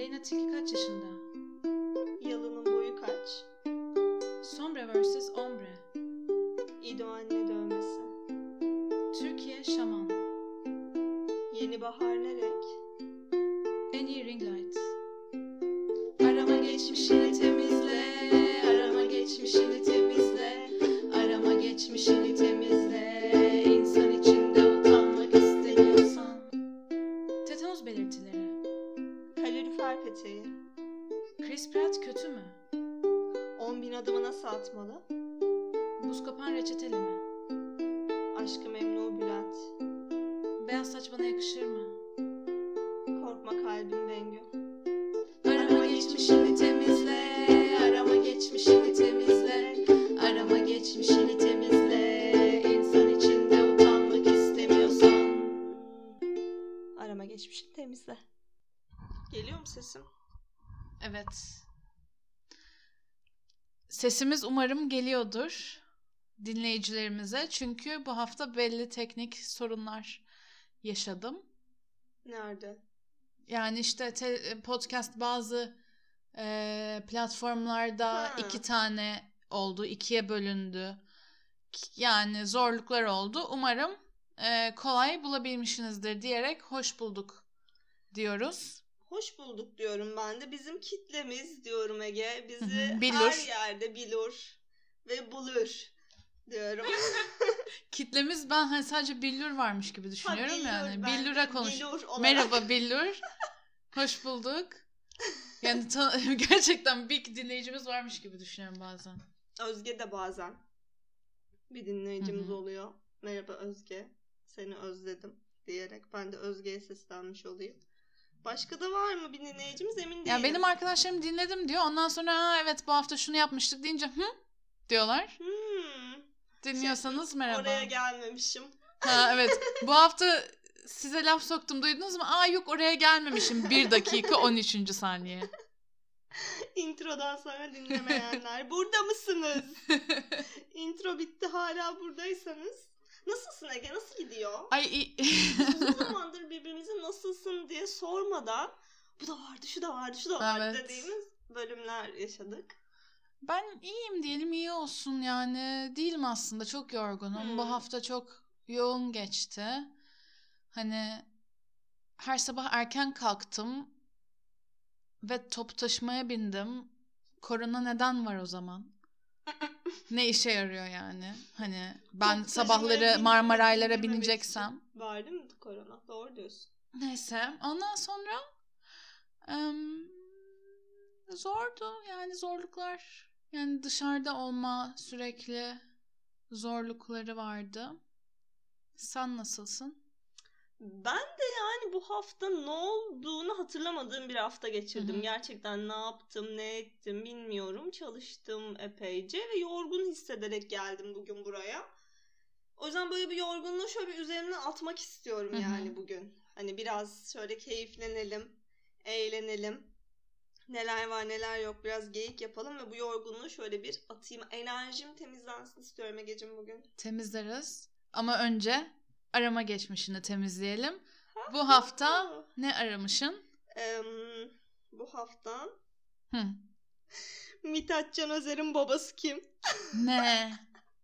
Aleyna Tilki kaç yaşında? Yalın'ın boyu kaç? Sombre vs. Ombre. İdo anne dövmesi. Türkiye şaman. Yeni bahar ne renk? En iyi ring light. Arama geçmişini temizle. Arama geçmişini temizle. Arama geçmişini temizle. İnsan içinde utanmak istemiyorsan. Tetanos belirtileri. Kalorifer peteği. Chris Pratt kötü mü? 10.000 adımı nasıl atmalı? Buscopan reçeteli mi? Aşkı Memnu Bülent. Beyaz saç bana yakışır mı? Korkma kalbim Bengü. Arama geçmişini temizle. Arama geçmişini temizle. Arama geçmişini temizle. İnsan içinde utanmak istemiyorsan. Arama geçmişini temizle. Geliyor mu sesim? Evet. Sesimiz umarım geliyordur dinleyicilerimize. Çünkü bu hafta belli teknik sorunlar yaşadım. Nerede? Yani işte podcast bazı platformlarda 2 tane oldu, 2'ye bölündü. Yani zorluklar oldu. Umarım kolay bulabilmişsinizdir diyerek hoş bulduk diyoruz. Hoş bulduk diyorum ben de. Bizim kitlemiz diyorum Ege. Bizi Billur. her yerde bilur ve bulur diyorum. Kitlemiz ben hani sadece billur varmış gibi düşünüyorum billur, yani. ben Billur'a de konuş. billur olarak. Merhaba billur. Hoş bulduk. Yani gerçekten bir dinleyicimiz varmış gibi düşünüyorum bazen. Özge de bazen bir dinleyicimiz oluyor. Merhaba Özge. Seni özledim diyerek ben de Özge'ye seslenmiş olayım. Başka da var mı bir dinleyicimiz emin değilim. Ya benim arkadaşlarım dinledim diyor. Ondan sonra evet bu hafta şunu yapmıştık deyince diyorlar. Dinliyorsanız merhaba. Oraya gelmemişim. Ha evet. Bu hafta size laf soktum duydunuz mu? Yok oraya gelmemişim. 1 dakika 13. saniye. Introdan sonra dinlemeyenler. Burada mısınız? Intro bitti hala buradaysanız. Nasılsın Ege? Nasıl gidiyor? Uzun zamandır birbirimize nasılsın diye sormadan bu da vardı, şu da vardı, şu da vardı dediğimiz bölümler yaşadık. Ben iyiyim diyelim, iyi olsun yani. Değilim aslında, çok yorgunum. Bu hafta çok yoğun geçti. Hani her sabah erken kalktım ve toplu taşımaya bindim. Korona neden var o zaman? Ne işe yarıyor yani? Hani ben sabahları Marmaraylara bineceksem. Var değil mi korona? Doğru diyorsun. Neyse. Ondan sonra zordu yani, zorluklar. Yani dışarıda olma sürekli zorlukları vardı. Sen nasılsın? Ben de yani bu hafta ne olduğunu hatırlamadığım bir hafta geçirdim. Gerçekten ne yaptım, ne ettim bilmiyorum. Çalıştım epeyce ve yorgun hissederek geldim bugün buraya. O yüzden böyle bir yorgunluğu şöyle bir üzerimden atmak istiyorum yani bugün. Hani biraz şöyle keyiflenelim, eğlenelim. Neler var neler yok biraz geyik yapalım ve bu yorgunluğu şöyle bir atayım. Enerjim temizlensin istiyorum Egeciğim bugün. Temizleriz. Ama önce arama geçmişini temizleyelim. Bu hafta ne aramışsın? Bu hafta Mithat Can Özer'in babası kim? Ne?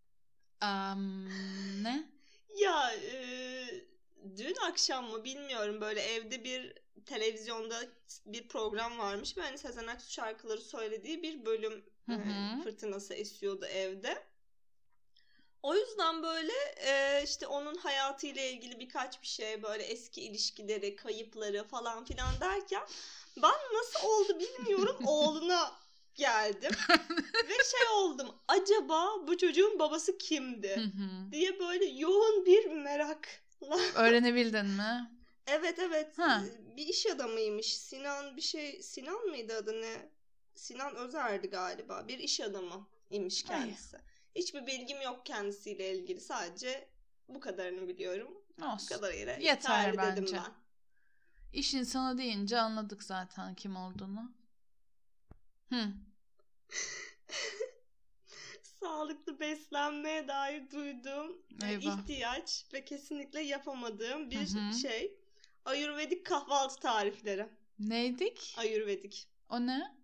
Ne? Ya dün akşam mı bilmiyorum, böyle evde bir televizyonda bir program varmış ve hani Sezen Aksu şarkıları söylediği bir bölüm fırtınası esiyordu evde. O yüzden böyle işte onun hayatıyla ilgili birkaç bir şey, böyle eski ilişkileri, kayıpları falan filan derken ben nasıl oldu bilmiyorum oğluna geldim ve şey oldum, acaba bu çocuğun babası kimdi diye böyle yoğun bir merakla. Öğrenebildin mi? Evet bir iş adamıymış, Sinan mıydı adı, ne? Sinan Özer'di galiba, bir iş adamı imiş kendisi. Hiçbir bilgim yok kendisiyle ilgili. Sadece bu kadarını biliyorum. Olsun. Bu kadarıyla yeter bence. dedim ben. İş insanı deyince anladık zaten kim olduğunu. Sağlıklı beslenmeye dair duyduğum ihtiyaç ve kesinlikle yapamadığım bir şey. Ayurvedik kahvaltı tarifleri. Neydik? Ayurvedik. O ne?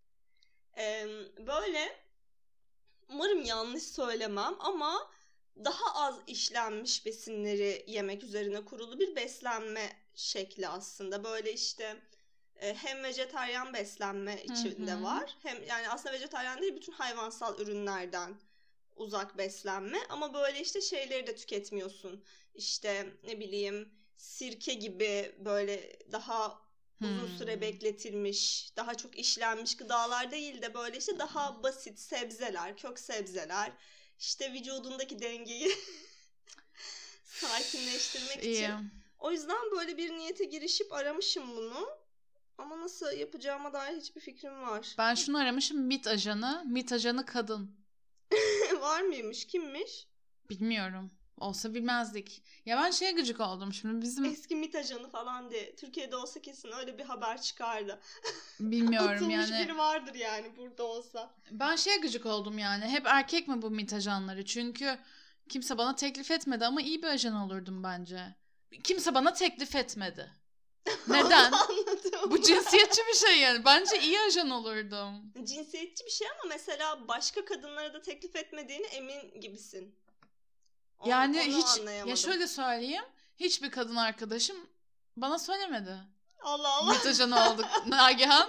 Böyle umarım yanlış söylemem ama daha az işlenmiş besinleri yemek üzerine kurulu bir beslenme şekli aslında. Böyle işte hem vejetaryen beslenme içinde var. Hem yani aslında vejetaryen değil, bütün hayvansal ürünlerden uzak beslenme ama böyle işte şeyleri de tüketmiyorsun. İşte ne bileyim sirke gibi böyle daha uzun süre bekletilmiş, daha çok işlenmiş gıdalar değil de böyle işte daha basit sebzeler, kök sebzeler, işte vücudundaki dengeyi sakinleştirmek için. O yüzden böyle bir niyete girişip aramışım bunu. Ama nasıl yapacağıma dair hiçbir fikrim var. Ben şunu aramışım, MİT ajanı. MİT ajanı kadın. Var mıymış? Kimmiş? Bilmiyorum. Olsa bilmezdik. Ya ben şeye gıcık oldum şimdi bizim... Eski MİT ajanı falan diye. Türkiye'de olsa kesin öyle bir haber çıkardı. Bilmiyorum Atılmış yani. biri vardır yani burada olsa. Ben şeye gıcık oldum yani. Hep erkek mi bu MİT ajanları? Çünkü kimse bana teklif etmedi ama iyi bir ajan olurdum bence. Kimse bana teklif etmedi. Neden? Bu cinsiyetçi bir şey yani. Bence iyi ajan olurdum. Cinsiyetçi bir şey ama mesela başka kadınlara da teklif etmediğine emin gibisin. Yani hiç, ya şöyle söyleyeyim. Hiçbir kadın arkadaşım bana söylemedi. Allah Allah. MİT ajanı olduk. Nagihan.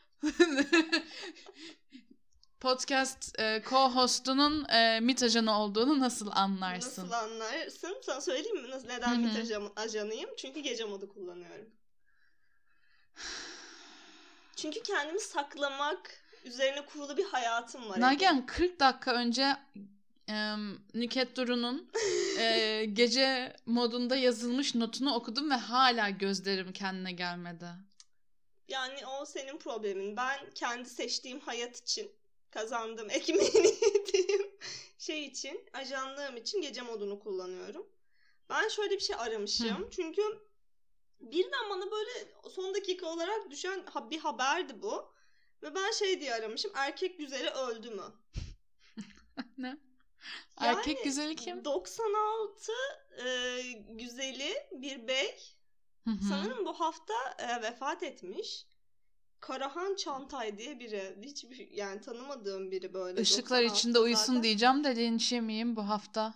Podcast co-hostunun MİT ajanı olduğunu nasıl anlarsın? Nasıl anlarsın? Sana söyleyeyim mi? Neden MİT ajanıyım? Çünkü gece modu kullanıyorum. Çünkü kendimi saklamak üzerine kurulu bir hayatım var. Nagihan 40 dakika önce Nükhet Duru'nun gece modunda yazılmış notunu okudum ve hala gözlerim kendine gelmedi. Yani o senin problemin. Ben kendi seçtiğim hayat için, kazandığım ekmeğini yediğim şey için, ajanlığım için gece modunu kullanıyorum. Ben şöyle bir şey aramışım. Çünkü birden bana böyle son dakika olarak düşen bir haberdi bu. Ve ben şey diye aramışım. Erkek güzeli öldü mü? Ne? Yani erkek güzeli kim? 96 güzeli bir bey. Sanırım bu hafta vefat etmiş. Karahan Çantay diye biri. Hiçbir yani tanımadığım biri böyle. Işıklar içinde uyusun zaten. Diyeceğim de linç yemeyeyim bu hafta.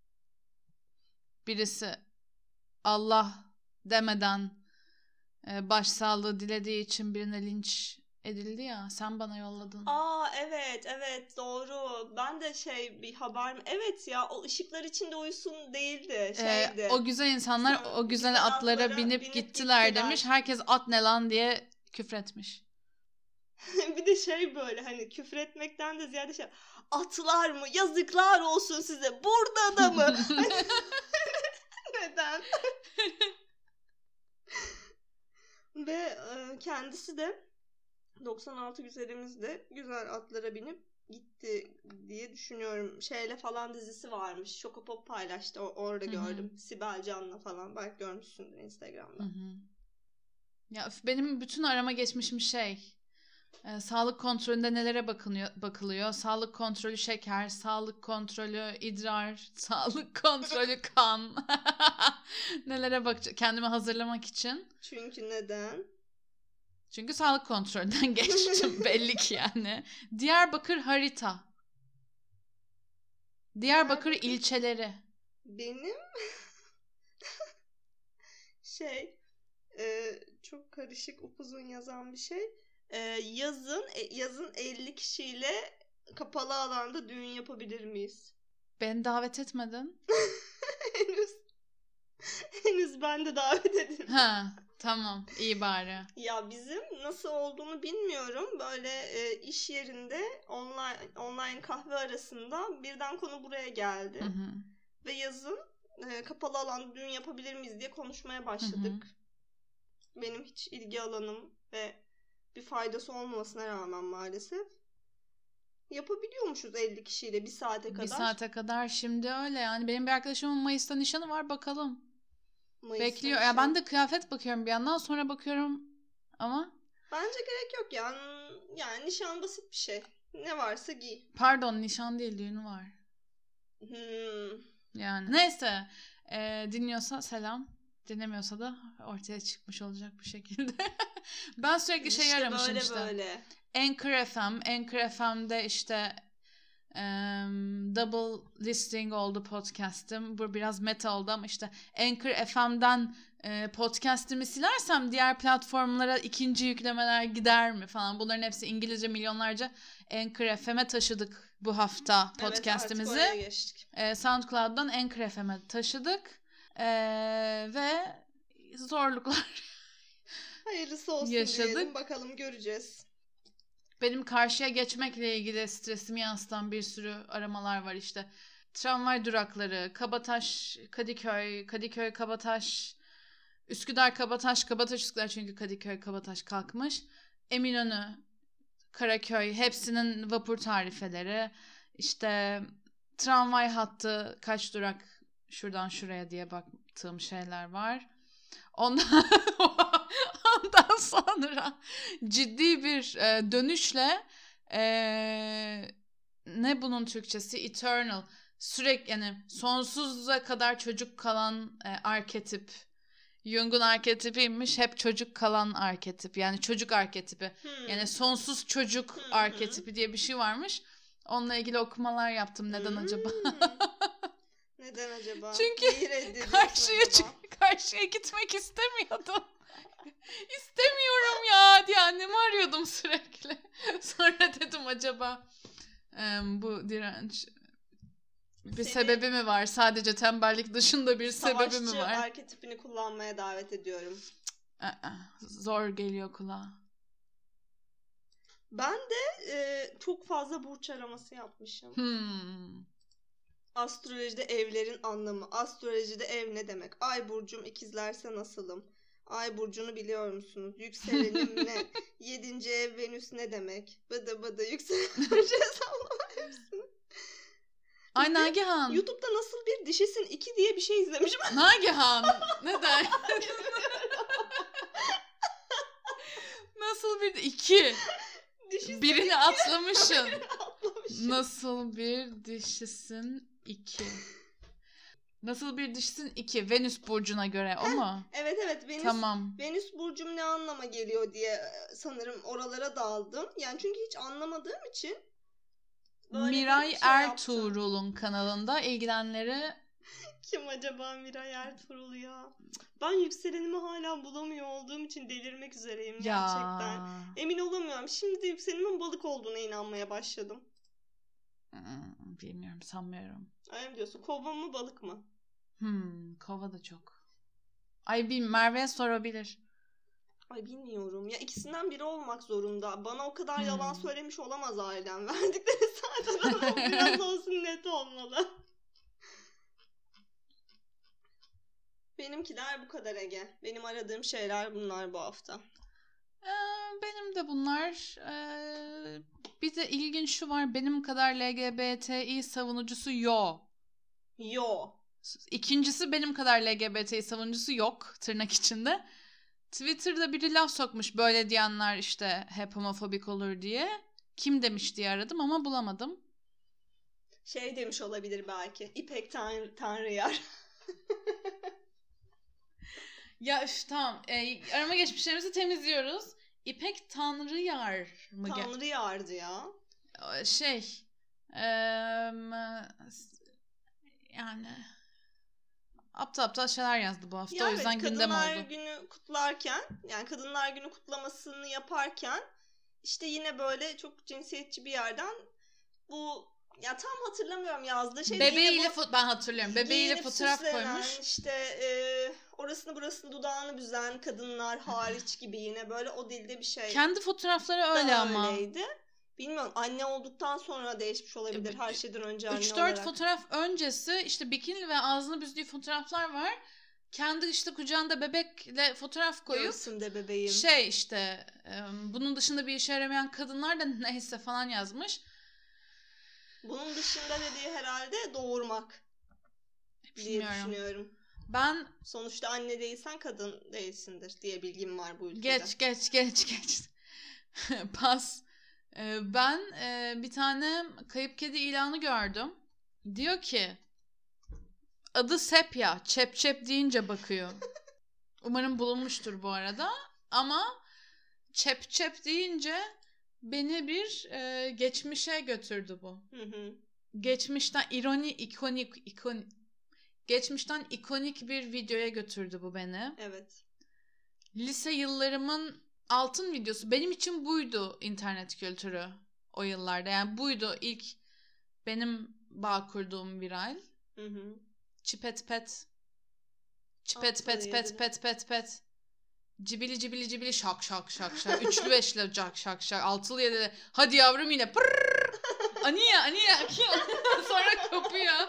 Birisi Allah demeden başsağlığı dilediği için birine linç edildi ya. Sen bana yolladın. Aa evet doğru. Ben de bir haber mi? Evet ya, o ışıklar içinde uyusun değildi. Şeydi. O güzel insanlar o güzel atlara binip gittiler demiş. Herkes at ne lan diye küfretmiş. Bir de böyle hani küfretmekten de ziyade atlar mı? Yazıklar olsun size. Burada da mı? Neden? Ve kendisi de 96 güzelimiz de güzel atlara binip gitti diye düşünüyorum. Falan dizisi varmış. Şokopop paylaştı. Orada gördüm. Sibel Can'la falan. Belki görmüşsündür Instagram'da. Ya benim bütün arama geçmişim sağlık kontrolünde nelere bakılıyor? Sağlık kontrolü şeker, sağlık kontrolü idrar, sağlık kontrolü kan. Nelere bakacağım kendimi hazırlamak için. Çünkü neden? Çünkü sağlık kontrolünden geçtim belli ki yani. Diyarbakır harita. Diyarbakır ilçeleri. Benim çok karışık, upuzun yazan bir şey. Yazın 50 kişiyle kapalı alanda düğün yapabilir miyiz? Beni davet etmedin. Henüz ben de davet edildim. Ha, tamam, iyi bari. Ya bizim nasıl olduğunu bilmiyorum. Böyle iş yerinde online kahve arasında birden konu buraya geldi. Ve yazın kapalı alanda düğün yapabilir miyiz diye konuşmaya başladık. Benim hiç ilgi alanım ve bir faydası olmamasına rağmen maalesef yapabiliyormuşuz 50 kişiyle bir saate kadar. Bir saate kadar şimdi öyle yani. Benim bir arkadaşımın Mayıs'ta nişanı var, bakalım. Bekliyor. Ya ben de kıyafet bakıyorum bir yandan, sonra bakıyorum ama. Bence gerek yok ya. Yani nişan basit bir şey. Ne varsa giy. Pardon, nişan değil, düğünü var. Yani neyse. Dinliyorsa selam. Dinlemiyorsa da ortaya çıkmış olacak bu şekilde. Ben sürekli şey aramışım böyle işte. Böyle. Anchor FM'de işte double listing oldu podcast'im. Bu biraz meta oldu ama işte Anchor FM'den podcast'imi silersem diğer platformlara ikinci yüklemeler gider mi falan. Bunların hepsi İngilizce, milyonlarca. Anchor FM'e taşıdık bu hafta podcast'imizi. Evet, artık oraya geçtik. SoundCloud'dan Anchor FM'e taşıdık. Ve zorluklar hayırlısı olsun yaşadık. Diyelim. Bakalım, göreceğiz. Benim karşıya geçmekle ilgili stresimi yansıtan bir sürü aramalar var işte. Tramvay durakları, Kabataş, Kadıköy, Kadıköy, Kabataş, Üsküdar, Kabataş, Kabataş, Üsküdar çünkü Kadıköy, Kabataş kalkmış. Eminönü, Karaköy, hepsinin vapur tarifeleri. İşte tramvay hattı kaç durak şuradan şuraya diye baktığım şeyler var. Ondan sonra ciddi bir dönüşle ne bunun Türkçesi? Eternal. Sürekli yani sonsuza kadar çocuk kalan arketip. Jung'un arketipiymiş. Hep çocuk kalan arketip. Yani çocuk arketipi. Yani sonsuz çocuk arketipi diye bir şey varmış. Onunla ilgili okumalar yaptım. Neden acaba? Neden acaba? Çünkü karşıya gitmek istemiyordum. İstemiyorum ya diye annemi arıyordum sürekli. Sonra dedim acaba bu direnç bir sebebi mi var? Sadece tembellik dışında bir sebebi mi var? Savaşçı arketipini kullanmaya davet ediyorum. Zor geliyor kulağa. Ben de çok fazla burç araması yapmışım. Astrolojide evlerin anlamı. Astrolojide ev ne demek? Ay burcum ikizlerse nasılım? Ay burcunu biliyor musunuz? Yükselenim ne? 7. ev Venüs ne demek? Bıdı yükselen burcu hesaplama hepsini. Ay Nagihan. YouTube'da nasıl bir dişisin 2 diye bir şey izlemişim. Nagihan. Neden? Nasıl bir 2? Birini atlamışsın. Nasıl bir dişisin 2. Nasıl bir dişisin 2. Venüs burcuna göre o mu? Evet. Venüs burcum ne anlama geliyor diye sanırım oralara daldım. Yani çünkü hiç anlamadığım için. Miray Ertuğrul'un kanalında ilgilenenleri. Kim acaba Miray Ertuğrul ya? Ben yükselenimi hala bulamıyor olduğum için delirmek üzereyim gerçekten. Emin olamıyorum. Şimdi de yükselenimin balık olduğuna inanmaya başladım. Bilmiyorum, sanmıyorum. Öyle mi diyorsun? Kova mı balık mı? Kova da çok. Ay bilmiyorum, Merve'ye sorabilir. Ay bilmiyorum. Ya ikisinden biri olmak zorunda. Bana o kadar yalan söylemiş olamaz ailem. Verdikleri zaten biraz olsun net olmalı. Benimkiler bu kadar Ege. Benim aradığım şeyler bunlar bu hafta. Benim de bunlar. Bir de ilginç şu var. Benim kadar LGBTİ savunucusu yok. İkincisi benim kadar LGBTİ savunucusu yok. Tırnak içinde. Twitter'da biri laf sokmuş. Böyle diyenler işte hep homofobik olur diye. Kim demiş diye aradım ama bulamadım. Şey demiş olabilir belki. İpek Tanrıyar. Ya tamam. Arama geçmişlerimizi temizliyoruz. İpek Tanrıyar mı? Tanrıyar'dı ya. Yani aptal şeyler yazdı bu hafta. Ya o yüzden gündem oldu. Kadınlar Günü kutlarken, yani Kadınlar Günü kutlamasını yaparken işte yine böyle çok cinsiyetçi bir yerden bu, ya tam hatırlamıyorum yazdığı şey. Bebeğiyle ben hatırlıyorum. Bebeğiyle fotoğraf koymuş. İşte orasını burasını dudağını büzen kadınlar hariç gibi yine böyle o dilde bir şey. Kendi fotoğrafları öyle ama. Öyleydi. Bilmiyorum, anne olduktan sonra değişmiş olabilir, her şeyden önce anne olarak. 3-4 fotoğraf öncesi işte bikini ve ağzını büzdüğü fotoğraflar var. Kendi işte kucağında bebekle fotoğraf koyup. Göğsümde bebeğim. İşte bunun dışında bir işe yaramayan kadınlar da neyse falan yazmış. Bunun dışında dediği herhalde doğurmak diye düşünüyorum. Ben sonuçta anne değilsen kadın değilsindir diye bilgim var bu ülkede. Geç. Pas. Ben bir tane kayıp kedi ilanı gördüm. Diyor ki adı Sepya. Çep deyince bakıyor. Umarım bulunmuştur bu arada. Ama Çep çep deyince beni bir geçmişe götürdü bu. Geçmişten geçmişten ikonik bir videoya götürdü bu beni. Evet. Lise yıllarımın altın videosu. Benim için buydu internet kültürü o yıllarda. Yani buydu ilk benim bağ kurduğum viral. Çipet pet. Çipet pet pet pet pet pet. Cibili cibili cibili şak şak şak şak. Üçlü beşli şak şak şak. Altılı yedili. Hadi yavrum yine. Pırrrr. Aniye. Sonra kopuyor.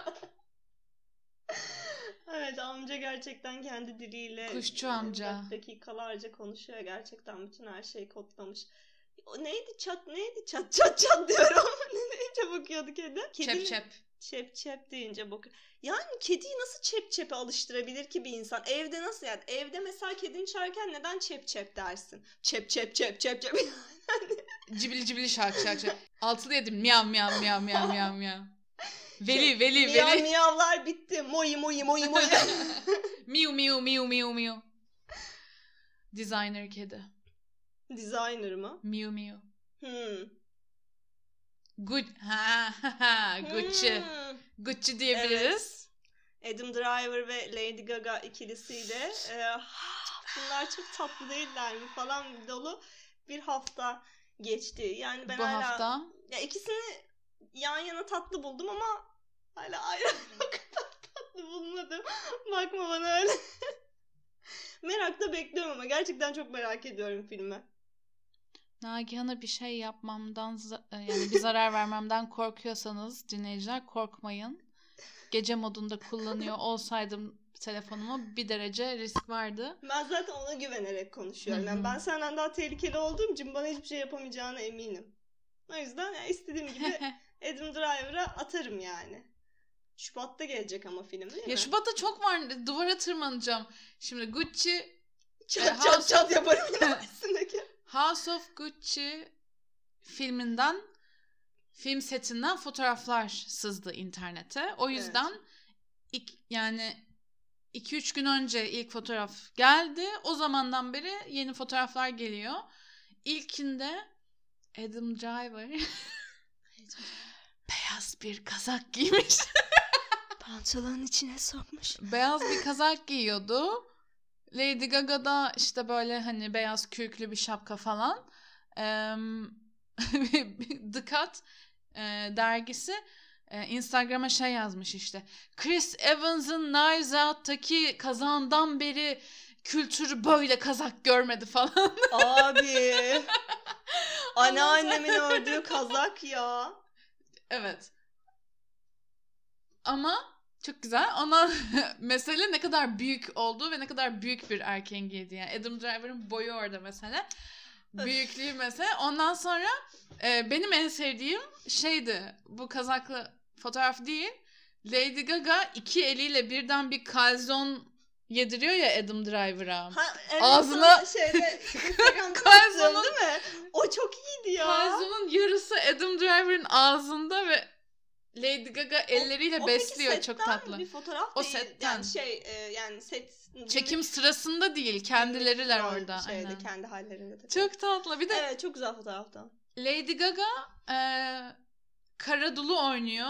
Evet, amca gerçekten kendi diliyle kuşçu amca dakikalarca konuşuyor, gerçekten bütün her şeyi kodlamış. O neydi çat diyorum. Neyince bakıyordu kedi? Çep çep deyince bakıyor. Yani kediyi nasıl çep çepe alıştırabilir ki bir insan? Evde nasıl yani? Evde mesela kedini çağırırken neden çep çep dersin? Çep çep çep çep çep. Cibili cibili şak şak şak. Altılı yedim miyav miyav miyav miyav miyav miyav. Veli. Miyavlar bitti. Moyi. Miu. Designer kedi. Designer mı? Miu. Gucci diyebiliriz. Evet. Adam Driver ve Lady Gaga ikilisiyle bunlar çok tatlı değiller mi falan dolu bir hafta geçti. Yani ben hala ya ikisini yan yana tatlı buldum ama hala ayrı o kadar tatlı bulmadım. Bakma bana öyle. Merakla bekliyorum ama gerçekten çok merak ediyorum filmi. Nagihan'a bir şey yapmamdan yani bir zarar vermemden korkuyorsanız dinleyiciler korkmayın. Gece modunda kullanıyor olsaydım telefonumu bir derece risk vardı. Ben zaten ona güvenerek konuşuyorum. Yani ben senden daha tehlikeli olduğum için bana hiçbir şey yapamayacağına eminim. O yüzden yani istediğim gibi Adam Driver'a atarım yani. Şubat'ta gelecek ama film değil mi? Ya Şubat'ta çok var. Duvara tırmanacağım. Şimdi Gucci çat yaparım yine üstündeki. House of Gucci filminden, film setinden fotoğraflar sızdı internete. O yüzden yani 2-3 gün önce ilk fotoğraf geldi. O zamandan beri yeni fotoğraflar geliyor. İlkinde Adam Driver beyaz bir kazak giymiş. Pantolonun içine sokmuş. Beyaz bir kazak giyiyordu. Lady Gaga da işte böyle hani beyaz kürklü bir şapka falan. The Cut dergisi Instagram'a şey yazmış işte. Chris Evans'ın Knives Out'taki kazağından beri kültürü böyle kazak görmedi falan. Abi. Anneannemin ördüğü kazak ya. Evet. Ama çok güzel. Ona mesele ne kadar büyük olduğu ve ne kadar büyük bir erkeğin giydiği. Yani Adam Driver'ın boyu orada mesela. Büyüklüğü mesela. Ondan sonra benim en sevdiğim şeydi. Bu kazaklı fotoğraf değil. Lady Gaga iki eliyle birden bir kalzon yediriyor ya Adam Driver'a. Evet, ağzına kalzonun değil mi? O çok iyiydi ya. Kalzonun yarısı Adam Driver'ın ağzında ve Lady Gaga elleriyle besliyor, çok tatlı. Bir fotoğraf o değil. Setten. Yani yani set çekim sırasında değil, kendileriler orada. Aynen. Kendi hallerinde de. Çok tatlı. Bir de evet, çok güzel fotoğrafta. Lady Gaga Karadul'u oynuyor.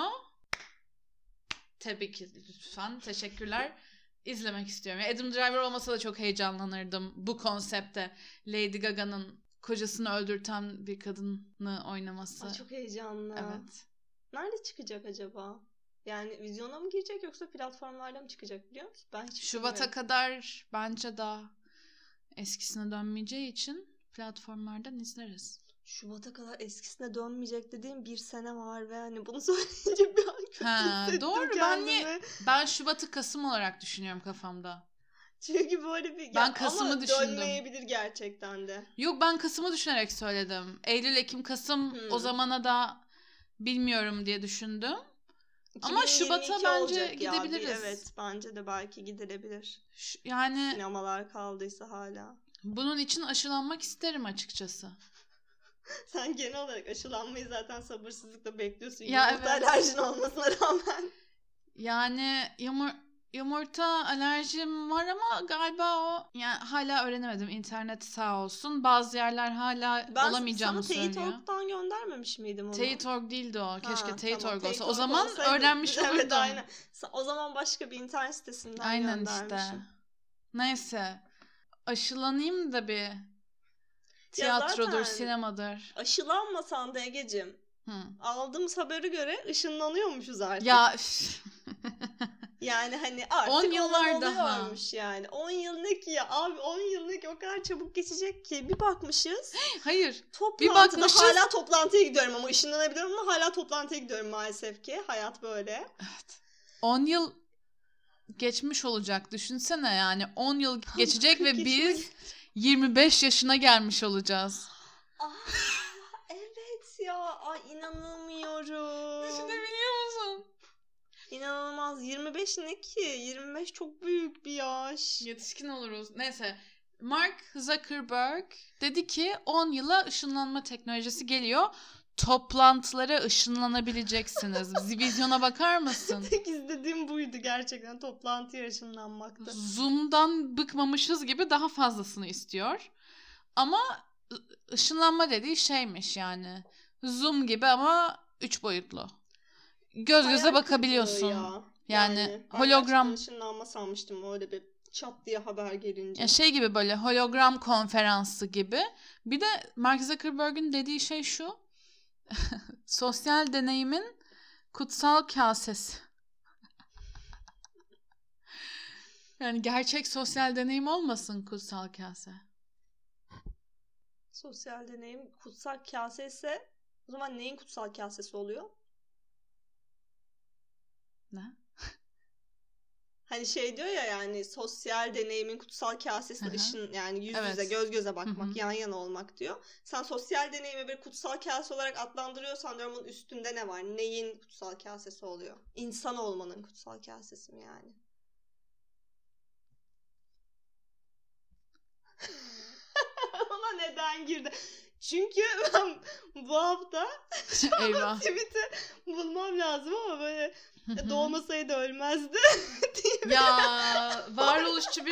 Tabii ki, lütfen. Teşekkürler. İzlemek istiyorum. Adam Driver olmasa da çok heyecanlanırdım bu konsepte. Lady Gaga'nın kocasını öldürten bir kadını oynaması. Çok heyecanlı. Evet. Nerede çıkacak acaba? Yani vizyona mı girecek yoksa platformlarda mı çıkacak biliyor musun? Ben hiç Şubat'a kadar bence daha eskisine dönmeyeceği için platformlardan izleriz. Şubat'a kadar eskisine dönmeyecek dediğim bir sene var ve hani bunu söyleyince bir an kötü hissettim doğru kendimi. Ben Şubat'ı Kasım olarak düşünüyorum kafamda. Çünkü böyle bir ben Kasım'ı düşündüm. Dönmeyebilir gerçekten de. Yok, ben Kasım'ı düşünerek söyledim. Eylül, Ekim, Kasım o zamana da bilmiyorum diye düşündüm. Ama Şubat'a bence gidebiliriz. Evet, bence de belki gidilebilir. Yani sinemalar kaldıysa hala. Bunun için aşılanmak isterim açıkçası. Sen genel olarak aşılanmayı zaten sabırsızlıkla bekliyorsun. Ya yumurta alerjin olmasına rağmen. Yani yumurta alerjim var ama galiba o yani hala öğrenemedim. İnternet sağ olsun. Bazı yerler hala olamayacağımı söylüyor. Ben sana Teyit.org'dan göndermemiş miydim onu? Teyit.org değildi o. Keşke Teyit.org tamam. olsa. O zaman öğrenmiş olurdum. Evet aynen. O zaman başka bir internet sitesinden göndermişim. Aynen işte. Neyse. Aşılanayım da bir tiyatrodur, sinemadır. Aşılanmasan da Egeciğim. Aldığımız habere göre ışınlanıyormuşuz artık. Ya yani hani artık 10 yıllar daha. Yani 10 yıl ne ki ya abi, 10 yıl ne ki, o kadar çabuk geçecek ki. Bir bakmışız. Hayır. Bir bakmışız. Hala toplantıya gidiyorum ama ışınlanabiliyorum ama hala toplantıya gidiyorum maalesef ki. Hayat böyle. Evet. 10 yıl geçmiş olacak. Düşünsene yani 10 yıl geçecek ve biz 25 yaşına gelmiş olacağız. Evet ya. Ay inanamıyorum. Düşünebiliyor musun? İnanılmaz. 25 ne ki? 25 çok büyük bir yaş. Yetişkin oluruz. Neyse. Mark Zuckerberg dedi ki 10 yıla ışınlanma teknolojisi geliyor. Toplantılara ışınlanabileceksiniz. Vizyona bakar mısın? Tek izlediğim buydu gerçekten, toplantıya ışınlanmakta. Zoom'dan bıkmamışız gibi daha fazlasını istiyor. Ama ışınlanma dediği şeymiş yani. Zoom gibi ama 3 boyutlu. Göz göze bakabiliyorsun. Ya. Yani hologram. Işınlanma sanmıştım öyle bir çat diye haber gelince. Ya şey gibi, böyle hologram konferansı gibi. Bir de Mark Zuckerberg'in dediği şey şu. Sosyal deneyimin kutsal kasesi. Yani gerçek sosyal deneyim olmasın kutsal kase. Sosyal deneyim kutsal kase ise o zaman neyin kutsal kasesi oluyor? Ne? Hani şey diyor ya, yani sosyal deneyimin kutsal kasesi ışın, yani yüz yüze göz göze bakmak, yan yana olmak diyor. Sen sosyal deneyimi bir kutsal kase olarak adlandırıyorsan diyorum, bunun üstünde ne var? Neyin kutsal kasesi oluyor? İnsan olmanın kutsal kasesi mi yani? Ona neden girdi? Çünkü ben bu hafta tweet'i bulmam lazım ama böyle doğmasaydı ölmezdi. Ya varoluşçu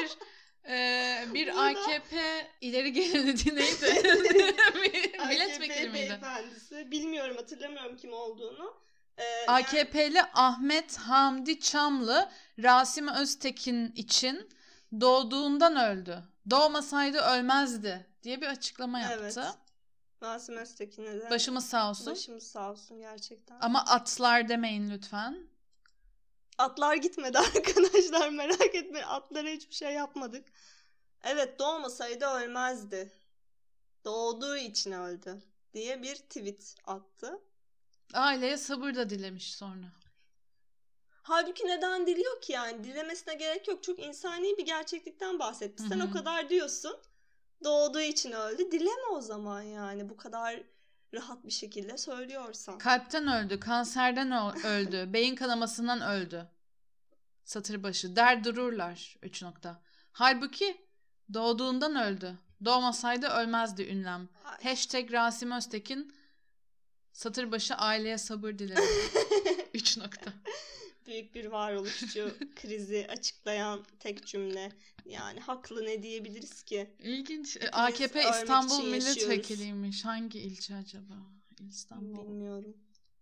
bir AKP ileri geleni neydi? Milletvekili miydi? Beyefendisi. Bilmiyorum, hatırlamıyorum kim olduğunu. AKP'li Ahmet Hamdi Çamlı Rasim Öztekin için doğduğundan öldü. Doğmasaydı ölmezdi diye bir açıklama yaptı. Evet. Rasim Öztekin'e de başımız sağ olsun. Başımız sağ olsun gerçekten. Ama atlar demeyin lütfen. Atlar gitmedi arkadaşlar, merak etmeyin. Atlara hiçbir şey yapmadık. Evet, doğmasaydı ölmezdi. Doğduğu için öldü diye bir tweet attı. Aileye sabır da dilemiş sonra. Halbuki neden diliyor ki yani? Dilemesine gerek yok. Çok insani bir gerçeklikten bahsetti. Sen o kadar diyorsun. Doğduğu için öldü. Dileme o zaman yani. Bu kadar rahat bir şekilde söylüyorsan. Kalpten öldü, kanserden öldü, beyin kanamasından öldü. Satır başı. Der dururlar. 3 nokta. Halbuki doğduğundan öldü. Doğmasaydı ölmezdi ünlem. Hashtag Rasim Öztekin. Satır başı aileye sabır dilerim. 3 nokta. Büyük bir varoluşçu krizi açıklayan tek cümle. Yani haklı, ne diyebiliriz ki? İlginç. AKP İstanbul milletvekiliymiş. Hangi ilçe acaba? İstanbul. Bilmiyorum.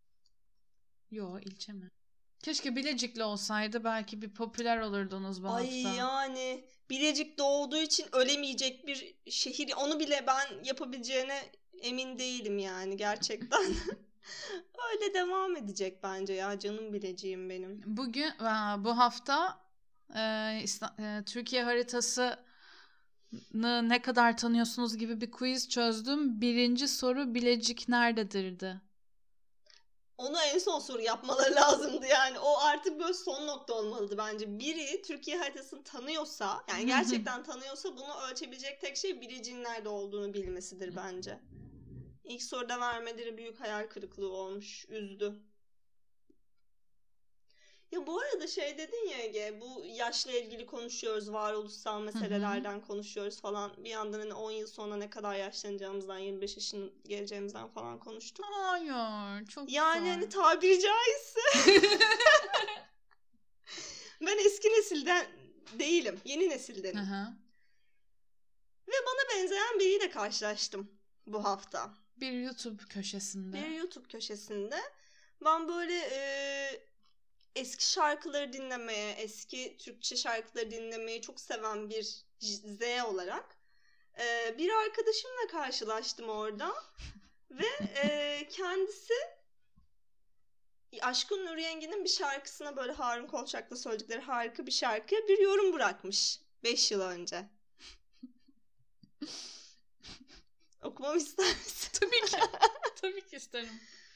Yo, ilçe mi? Keşke Bilecikli olsaydı, belki bir popüler olurdunuz bu hafta. Ay yani Bilecik doğduğu için ölemeyecek bir şehir. Onu bile ben yapabileceğine emin değilim yani gerçekten. Öyle devam edecek bence ya, canım Bilecik'im benim. Bugün bu hafta Türkiye haritasını ne kadar tanıyorsunuz gibi bir quiz çözdüm. 1. soru Bilecik nerededirdi? Onu en son soru yapmaları lazımdı yani. O artık böyle son nokta olmalıydı bence. Biri Türkiye haritasını tanıyorsa, yani gerçekten tanıyorsa, bunu ölçebilecek tek şey Bilecik'in nerede olduğunu bilmesidir bence. İlk soruda vermeleri büyük hayal kırıklığı olmuş. Üzdü. Ya bu arada şey dedin ya Ege, bu yaşla ilgili konuşuyoruz, varoluşsal meselelerden konuşuyoruz falan. Bir yandan hani 10 yıl sonra ne kadar yaşlanacağımızdan, 25 yaşına geleceğimizden falan konuştuk. Hayır, çok yani zor. Hani tabiri caizse Ben eski nesilden değilim. Yeni nesildenim. Aha. Ve bana benzeyen biriyle karşılaştım bu hafta. Bir YouTube köşesinde. Ben böyle eski şarkıları dinlemeye, eski Türkçe şarkıları dinlemeyi çok seven bir Z olarak bir arkadaşımla karşılaştım orada. Ve kendisi Aşkın Nur Yengi'nin bir şarkısına böyle Harun Kolçak'la söyledikleri harika bir şarkıya bir yorum bırakmış 5 yıl önce. Okumamı ister misin? Tabii ki. Tabii ki isterim.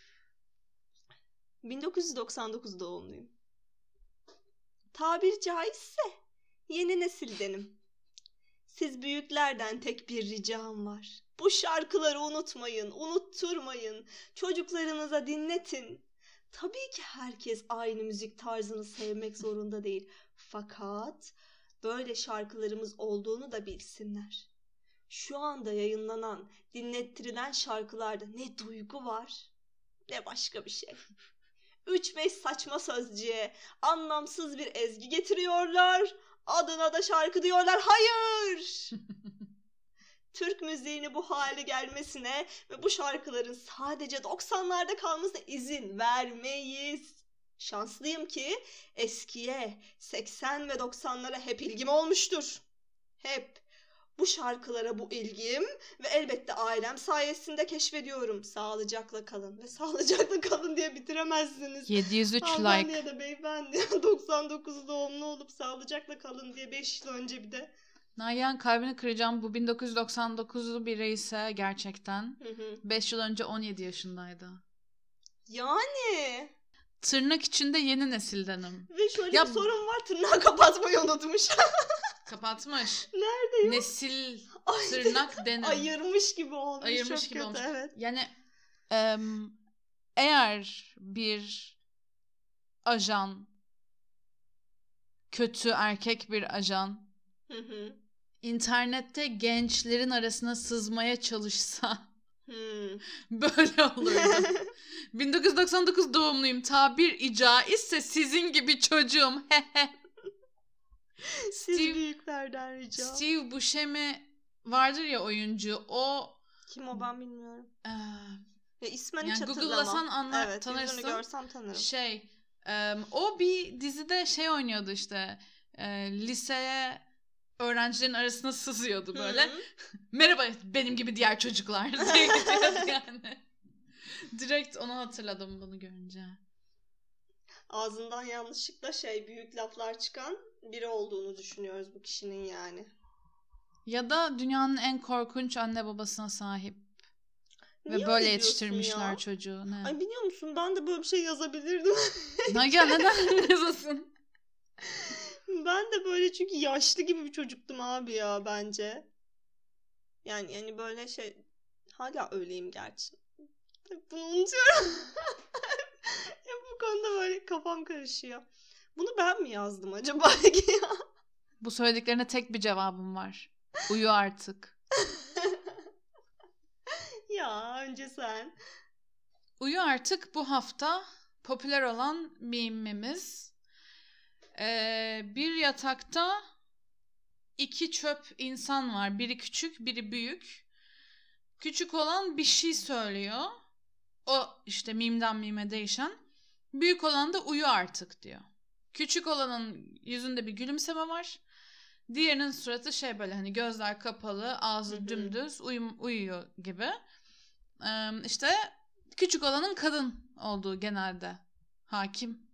1999 doğumluyum. Tabiri caizse yeni nesildenim. Siz büyüklerden tek bir ricam var. Bu şarkıları unutmayın, unutturmayın. Çocuklarınıza dinletin. Tabii ki herkes aynı müzik tarzını sevmek zorunda değil. Fakat böyle şarkılarımız olduğunu da bilsinler. Şu anda yayınlanan, dinlettirilen şarkılarda ne duygu var, ne başka bir şey. 3-5 saçma sözcüğe anlamsız bir ezgi getiriyorlar. Adına da şarkı diyorlar. Hayır! Türk müziğini bu hale gelmesine ve bu şarkıların sadece 90'larda kalmasına izin vermeyiz. Şanslıyım ki eskiye, 80 ve 90'lara hep ilgim olmuştur. Hep. Bu şarkılara bu ilgim ve elbette ailem sayesinde keşfediyorum. Sağlıcakla kalın ve sağlıcakla kalın diye bitiremezsiniz. 703 like. Hanımefendi de beyefendi 99 doğumlu olup sağlıcakla kalın diye 5 yıl önce bir de. Nagihan kalbini kıracağım. Bu 1999'lu biri ise gerçekten 5 yıl önce 17 yaşındaydı. Yani. Tırnak içinde yeni nesildenim. Ve şöyle bir sorun var, tırnağı kapatmayı unutmuş. Kapatmış. Nerede? Nesil tırnak denim. Ayırmış gibi olmuş. Ayırmış çok gibi kötü, olmuş. Evet. Yani eğer bir ajan, kötü erkek bir ajan internette gençlerin arasına sızmaya çalışsa böyle olurdu. 1999 doğumluyum. Tabir caizse sizin gibi çocuğum. Siz büyüklerden rica. Steve Buscemi vardır ya oyuncu. O kim o, ben bilmiyorum. Ya ismen hiç hatırlamam. Google'lasan evet, tanırsın. Yüzünü görsem tanırım. O bir dizide oynuyordu işte. Liseye öğrencilerin arasına sızıyordu böyle. Merhaba benim gibi diğer çocuklar diye gidiyordu yani. Direkt onu hatırladım bunu görünce. Ağzından yanlışlıkla büyük laflar çıkan biri olduğunu düşünüyoruz bu kişinin yani. Ya da dünyanın en korkunç anne babasına sahip. Niye ve böyle yetiştirmişler ya? Çocuğu. Ne? Ay biliyor musun, ben de böyle bir şey yazabilirdim. Nagihan neden yazasın? Ben de böyle, çünkü yaşlı gibi bir çocuktum abi ya bence. Yani böyle hala öyleyim gerçi. Bunu unutuyorum. Ya bu konuda böyle kafam karışıyor. Bunu ben mi yazdım acaba ya? Bu söylediklerine tek bir cevabım var. Uyu artık. Ya önce sen. Uyu artık bu hafta popüler olan mimimiz. Bir yatakta 2 çöp insan var. Biri küçük, biri büyük. Küçük olan bir şey söylüyor. O işte mimden mime değişen. Büyük olan da uyu artık diyor. Küçük olanın yüzünde bir gülümseme var. Diğerinin suratı böyle hani gözler kapalı, ağzı dümdüz, uyuyor gibi. İşte küçük olanın kadın olduğu genelde hakim.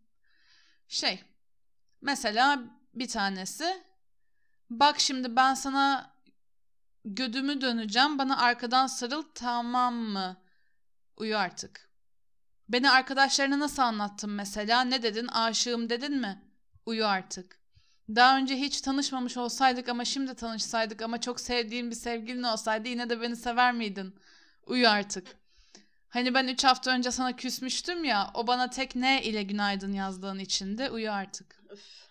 Mesela bir tanesi, bak şimdi ben sana gödümü döneceğim, bana arkadan sarıl, tamam mı? Uyu artık. Beni arkadaşlarına nasıl anlattın mesela? Ne dedin? Aşığım dedin mi? Uyu artık. Daha önce hiç tanışmamış olsaydık ama şimdi tanışsaydık ama çok sevdiğin bir sevgilin olsaydı yine de beni sever miydin? Uyu artık. Hani ben 3 hafta önce sana küsmüştüm ya, o bana tek ne ile günaydın yazdığın içinde, uyu artık. Öf.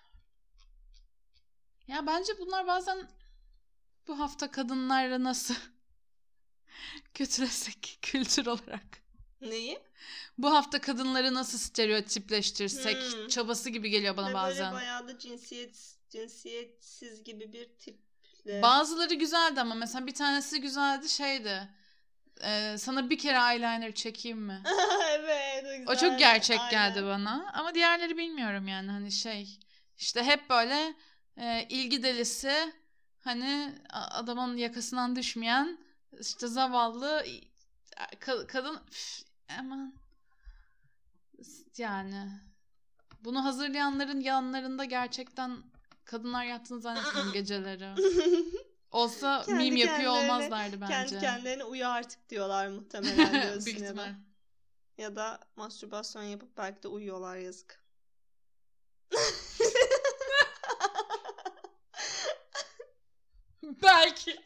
Ya bence bunlar bazen bu hafta kadınları nasıl kötülesek kültür olarak. Neyi? Bu hafta kadınları nasıl stereotipleştirsek çabası gibi geliyor bana bazen. Böyle bayağı da cinsiyetsiz gibi bir tiple. Bazıları güzeldi ama mesela bir tanesi güzeldi şeydi. Sana bir kere eyeliner çekeyim mi? Evet, o güzel. O çok gerçek geldi bana. Ama diğerleri bilmiyorum yani hani işte hep böyle ilgi delisi hani adamın yakasından düşmeyen işte zavallı kadın aman yani bunu hazırlayanların yanlarında gerçekten kadınlar yattığını zannetmiyorum geceleri. Olsa meme yapıyor olmazlardı bence. Kendi kendilerine uyu artık diyorlar muhtemelen diyorsun. Büyük ihtimal. Ya da mastürbasyon yapıp belki de uyuyorlar, yazık. Belki.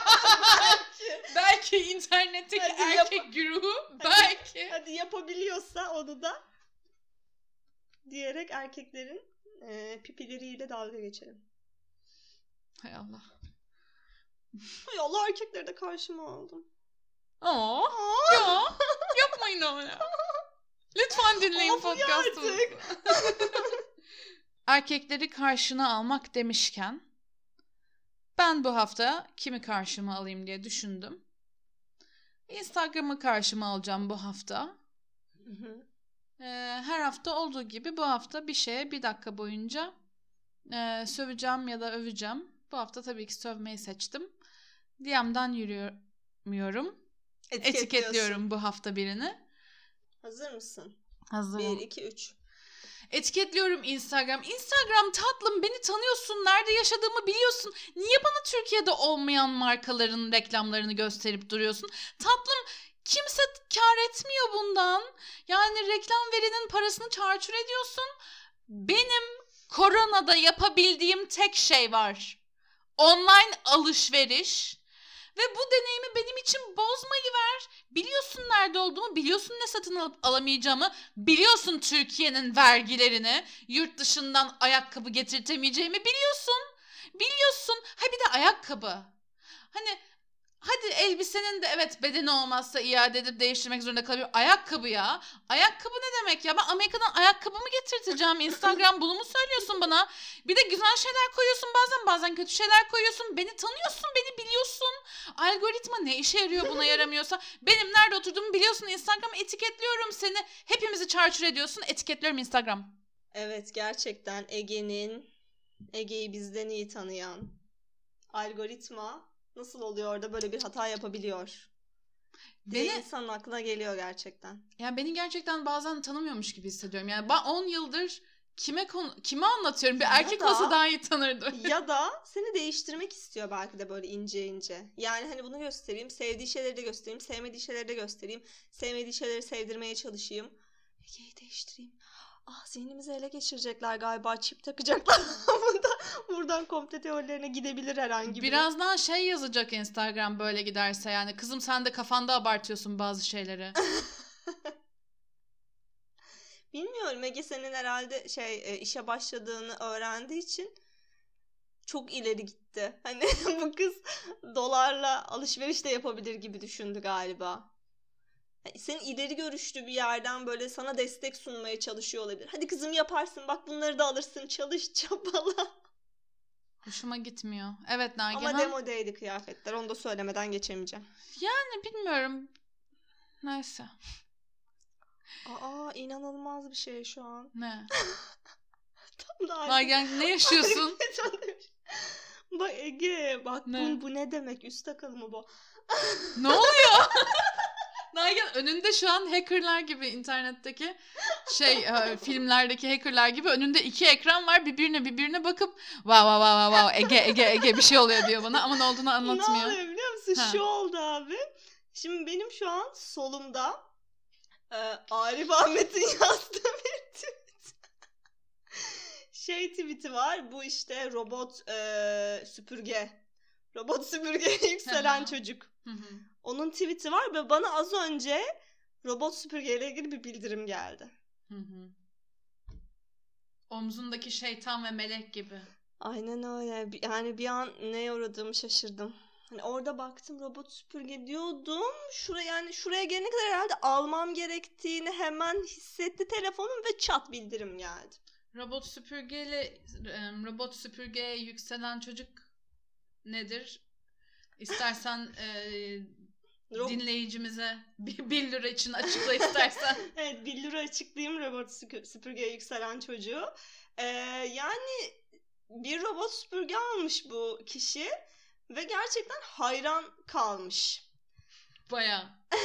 Belki internetteki erkek güruhu belki. Hadi yapabiliyorsa onu da diyerek erkeklerin pipileriyle dalga geçelim. Hay Allah. Hay Allah, erkekleri de karşıma aldım. Ya yapmayın öyle. Lütfen dinleyin podcast'ımızı. Erkekleri karşına almak demişken ben bu hafta kimi karşıma alayım diye düşündüm. Instagram'ı karşıma alacağım bu hafta. Her hafta olduğu gibi bu hafta bir şeye 1 dakika boyunca söveceğim ya da öveceğim. Bu hafta tabii ki sövmeyi seçtim. DM'den yürüyorum. Etiketliyorum bu hafta birini. Hazır mısın? Hazırım. 1, 2, 3. Etiketliyorum Instagram. Instagram tatlım, beni tanıyorsun. Nerede yaşadığımı biliyorsun. Niye bana Türkiye'de olmayan markaların reklamlarını gösterip duruyorsun? Tatlım, kimse kar etmiyor bundan. Yani reklam verenin parasını çarçur ediyorsun. Benim koronada yapabildiğim tek şey var. Online alışveriş. Ve bu deneyimi benim için bozmayı ver. Biliyorsun nerede olduğumu, biliyorsun ne satın alıp alamayacağımı, biliyorsun Türkiye'nin vergilerini, yurt dışından ayakkabı getirtemeyeceğimi biliyorsun. Biliyorsun. Ha bir de ayakkabı. Hani hadi elbisenin de evet bedeni olmazsa iade edip değiştirmek zorunda kalıyor. Ayakkabı ya. Ayakkabı ne demek ya? Ben Amerika'dan ayakkabı mı getirteceğim? Instagram bunu mu söylüyorsun bana? Bir de güzel şeyler koyuyorsun bazen kötü şeyler koyuyorsun. Beni tanıyorsun, beni biliyorsun. Algoritma ne işe yarıyor buna yaramıyorsa? Benim nerede oturduğumu biliyorsun. Instagram'a etiketliyorum seni. Hepimizi çarçur ediyorsun. Etiketliyorum Instagram. Evet, gerçekten Ege'yi bizden iyi tanıyan algoritma nasıl oluyor da böyle bir hata yapabiliyor diye insanın aklına geliyor gerçekten. Ya beni gerçekten bazen tanımıyormuş gibi hissediyorum. Yani ben 10 yıldır kime anlatıyorum? Bir erkek olsa daha iyi tanırdı. Ya da seni değiştirmek istiyor belki de böyle ince ince. Yani hani bunu göstereyim, sevdiği şeyleri de göstereyim, sevmediği şeyleri de göstereyim. Sevmediği şeyleri sevdirmeye çalışayım. Ege'yi değiştireyim. Zihnimizi ele geçirecekler galiba, çip takacaklar. Buradan komple teorilerine gidebilir herhangi biri. Birazdan yazacak Instagram böyle giderse yani. Kızım sen de kafanda abartıyorsun bazı şeyleri. Bilmiyorum, Ege senin herhalde işe başladığını öğrendiği için çok ileri gitti. Hani bu kız dolarla alışveriş de yapabilir gibi düşündü galiba. Senin ileri görüşlü bir yerden böyle sana destek sunmaya çalışıyor olabilir. Hadi kızım yaparsın, bak bunları da alırsın, çalış, çabala. Hoşuma gitmiyor. Evet Nagihan. Ama demodeydi kıyafetler, onu da söylemeden geçemeyeceğim. Yani bilmiyorum. Neyse. İnanılmaz bir şey şu an. Ne? Nagihan ne yaşıyorsun? Bak Ege, bak bu ne demek? Üst takılımı bu. Ne oluyor? Nagihan önünde şu an hackerlar gibi, internetteki filmlerdeki hackerlar gibi önünde 2 ekran var, birbirine bakıp wow Ege bir şey oluyor diyor bana ama ne olduğunu anlatmıyor. Ne oluyor biliyor musun? Şu oldu abi. Şimdi benim şu an solumda Arif Ahmet'in yazdığı bir tweet'i var. Bu işte robot süpürge. Robot süpürgeye yükselen çocuk. Onun tweet'i var ve bana az önce robot süpürgeyle ilgili bir bildirim geldi. Omzundaki şeytan ve melek gibi. Aynen öyle. Yani bir an neye uğradığımı şaşırdım. Hani orada baktım robot süpürge diyordum. Şuraya gelene kadar herhalde almam gerektiğini hemen hissetti telefonum ve çat bildirim geldi. Robot süpürgeye yükselen çocuk nedir? İstersen dinleyicimize 1 lira için açıkla istersen. Evet, 1 lira açıklayayım robot süpürgeye yükselen çocuğu. Yani bir robot süpürge almış bu kişi ve gerçekten hayran kalmış. Bayağı.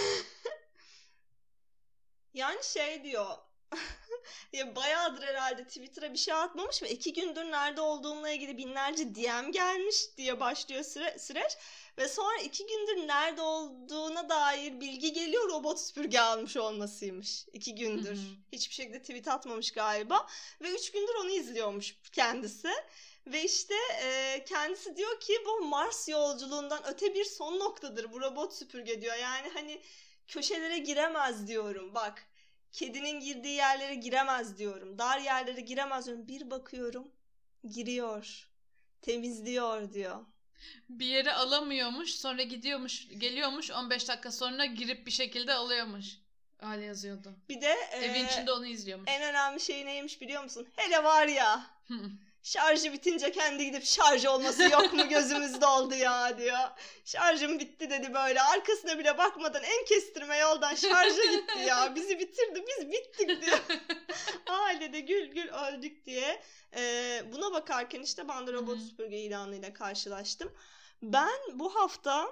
Yani şey diyor. Ya bayağıdır herhalde Twitter'a bir şey atmamış ve 2 gündür nerede olduğumla ilgili binlerce DM gelmiş diye başlıyor süreç. Ve sonra 2 gündür nerede olduğuna dair bilgi geliyor, robot süpürge almış olmasıymış. 2 gündür. Hiçbir şekilde tweet atmamış galiba. Ve 3 gündür onu izliyormuş kendisi. Ve işte kendisi diyor ki bu Mars yolculuğundan öte bir son noktadır bu robot süpürge diyor. Yani hani köşelere giremez diyorum bak. Kedinin girdiği yerlere giremez diyorum. Dar yerlere giremez diyorum. Bir bakıyorum giriyor. Temizliyor diyor. Bir yere alamıyormuş, sonra gidiyormuş, geliyormuş, 15 dakika sonra girip bir şekilde alıyormuş. Öyle yazıyordu. Bir de evin içinde onu izliyormuş. En önemli şey neymiş biliyor musun? Hele var ya. Şarjı bitince kendi gidip şarj olması yok mu gözümüzde oldu ya diyor. Şarjım bitti dedi böyle. Arkasına bile bakmadan en kestirme yoldan şarja gitti ya. Bizi bitirdi, biz bittik diyor. Ailede gül gül öldük diye. Buna bakarken işte ben de robot süpürge ilanıyla karşılaştım. Ben bu hafta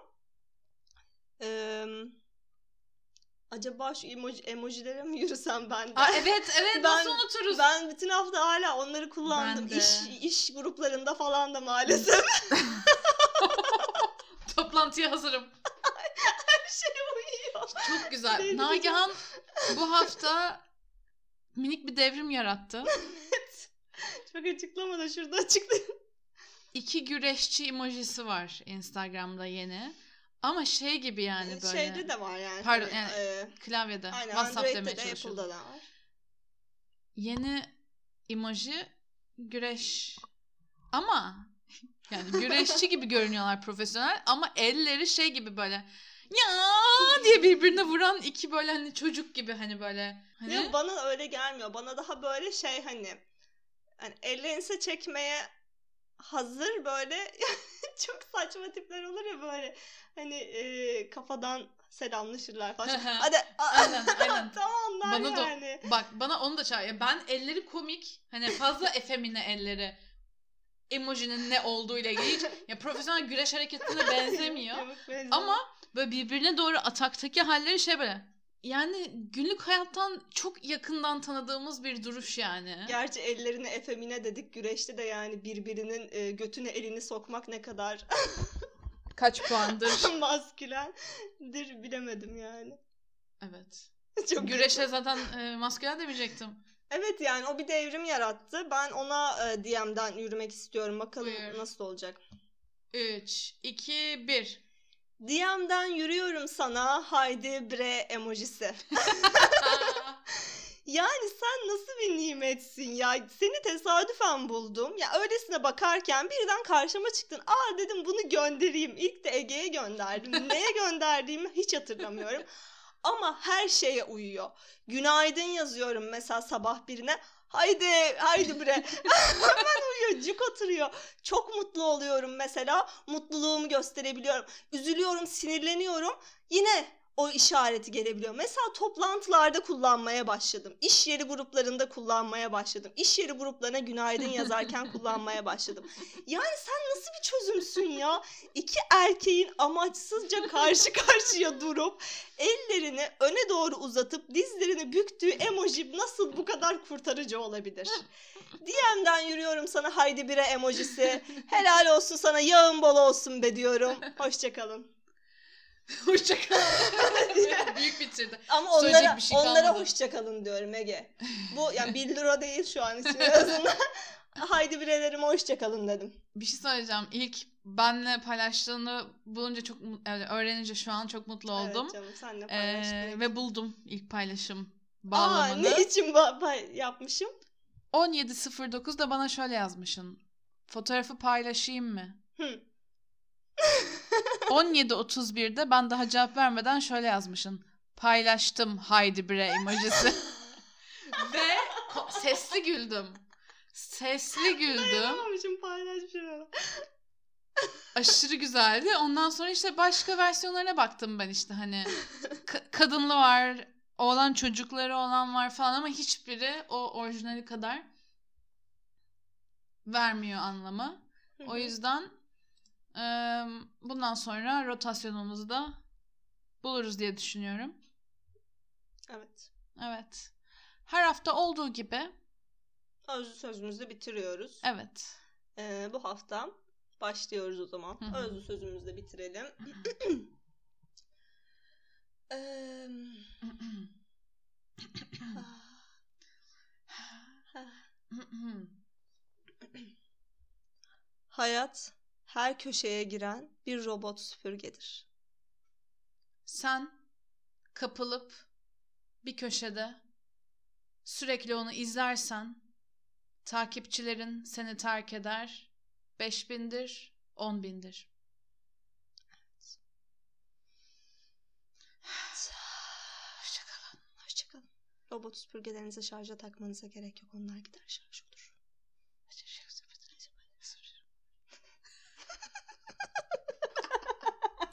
acaba şu emojilere mi yürüsem ben de? Evet nasıl unuturuz? Ben bütün hafta hala onları kullandım. İş gruplarında falan da maalesef. Toplantıya hazırım. Her şey uyuyor. Çok güzel. Nagihan bu hafta minik bir devrim yarattı. Evet. Çok açıklama da şurada açıklayayım. 2 güreşçi emojisi var Instagram'da yeni. Ama şey gibi yani böyle. Şeyde de var yani. Pardon yani klavyede. Aynen, WhatsApp Android'de demeye de çalışıyorum. Apple'da da var. Yeni emoji güreş. Ama yani güreşçi gibi görünüyorlar, profesyonel, ama elleri şey gibi böyle ya diye birbirine vuran iki böyle hani çocuk gibi hani böyle. Hani... Ya bana öyle gelmiyor. Bana daha böyle şey hani ellerinize çekmeye hazır böyle çok saçma tipler olur ya böyle hani kafadan selamlaşırlar falan. Hadi aynen. tamam onlar bana yani. Bak bana onu da çağır. Ben elleri komik hani fazla efemine elleri emojinin ne olduğuyla ilgili ya profesyonel güreş hareketine benzemiyor. Ama böyle birbirine doğru ataktaki halleri şey böyle. Yani günlük hayattan çok yakından tanıdığımız bir duruş yani. Gerçi ellerine efemine dedik, güreşte de yani birbirinin götüne elini sokmak ne kadar kaç puandır maskülendir bilemedim yani. Evet. Çok güreşe zaten maskülen demeyecektim. Evet yani o bir devrim yarattı. Ben ona DM'den yürümek istiyorum. Bakalım Buyur. Nasıl olacak. 3, 2, 1. DM'den yürüyorum sana haydi bre emojisi. Yani sen nasıl bir nimetsin ya. Seni tesadüfen buldum. Ya öylesine bakarken birden karşıma çıktın. Aa dedim bunu göndereyim. İlk de Ege'ye gönderdim. Neye gönderdiğimi hiç hatırlamıyorum. Ama her şeye uyuyor. Günaydın yazıyorum mesela sabah birine. Haydi bre. Hemen uyuyor, cuk oturuyor. Çok mutlu oluyorum mesela. Mutluluğumu gösterebiliyorum. Üzülüyorum, sinirleniyorum. Yine o işareti gelebiliyor. Mesela toplantılarda kullanmaya başladım. İş yeri gruplarında kullanmaya başladım. İş yeri gruplarına günaydın yazarken kullanmaya başladım. Yani sen nasıl bir çözümsün ya? İki erkeğin amaçsızca karşı karşıya durup ellerini öne doğru uzatıp dizlerini büktüğü emoji nasıl bu kadar kurtarıcı olabilir? DM'den yürüyorum sana haydi bire emojisi. Helal olsun sana, yağın bol olsun be diyorum. Hoşçakalın. Hoşçakalın. Büyük bitirdi. Ama onlara hoşçakalın diyorum Ege. Bu yani 1 lira değil şu an için en azından. Haydi birelerime hoşçakalın dedim. Bir şey söyleyeceğim. İlk benle paylaştığını bulunca çok öğrenince şu an çok mutlu oldum. Evet canım, senle paylaştım. Ve buldum ilk paylaşım bağlamını. Ne için yapmışım? 17.09'da bana şöyle yazmışsın. Fotoğrafı paylaşayım mı? 17.31'de ben daha cevap vermeden şöyle yazmışım. Paylaştım Haydi bre emojisi. Ve sesli güldüm. Sesli güldüm. Dayanamamışım, paylaşmışım. Aşırı güzeldi. Ondan sonra işte başka versiyonlarına baktım ben işte hani. Kadınlı var, oğlan çocukları olan var falan ama hiçbiri o orijinali kadar vermiyor anlamı. O yüzden bundan sonra rotasyonumuzda buluruz diye düşünüyorum. Evet. Evet. Her hafta olduğu gibi Özlü sözümüzü bitiriyoruz. evet. Bu hafta başlıyoruz o zaman. Özlü sözümüzü de bitirelim. Hayat her köşeye giren bir robot süpürgedir. Sen kapılıp bir köşede sürekli onu izlersen takipçilerin seni terk eder. 5.000'dir, 10.000'dir. Hoşçakalın. Robot süpürgelerinizi şarja takmanıza gerek yok. Onlar gider şarj olur.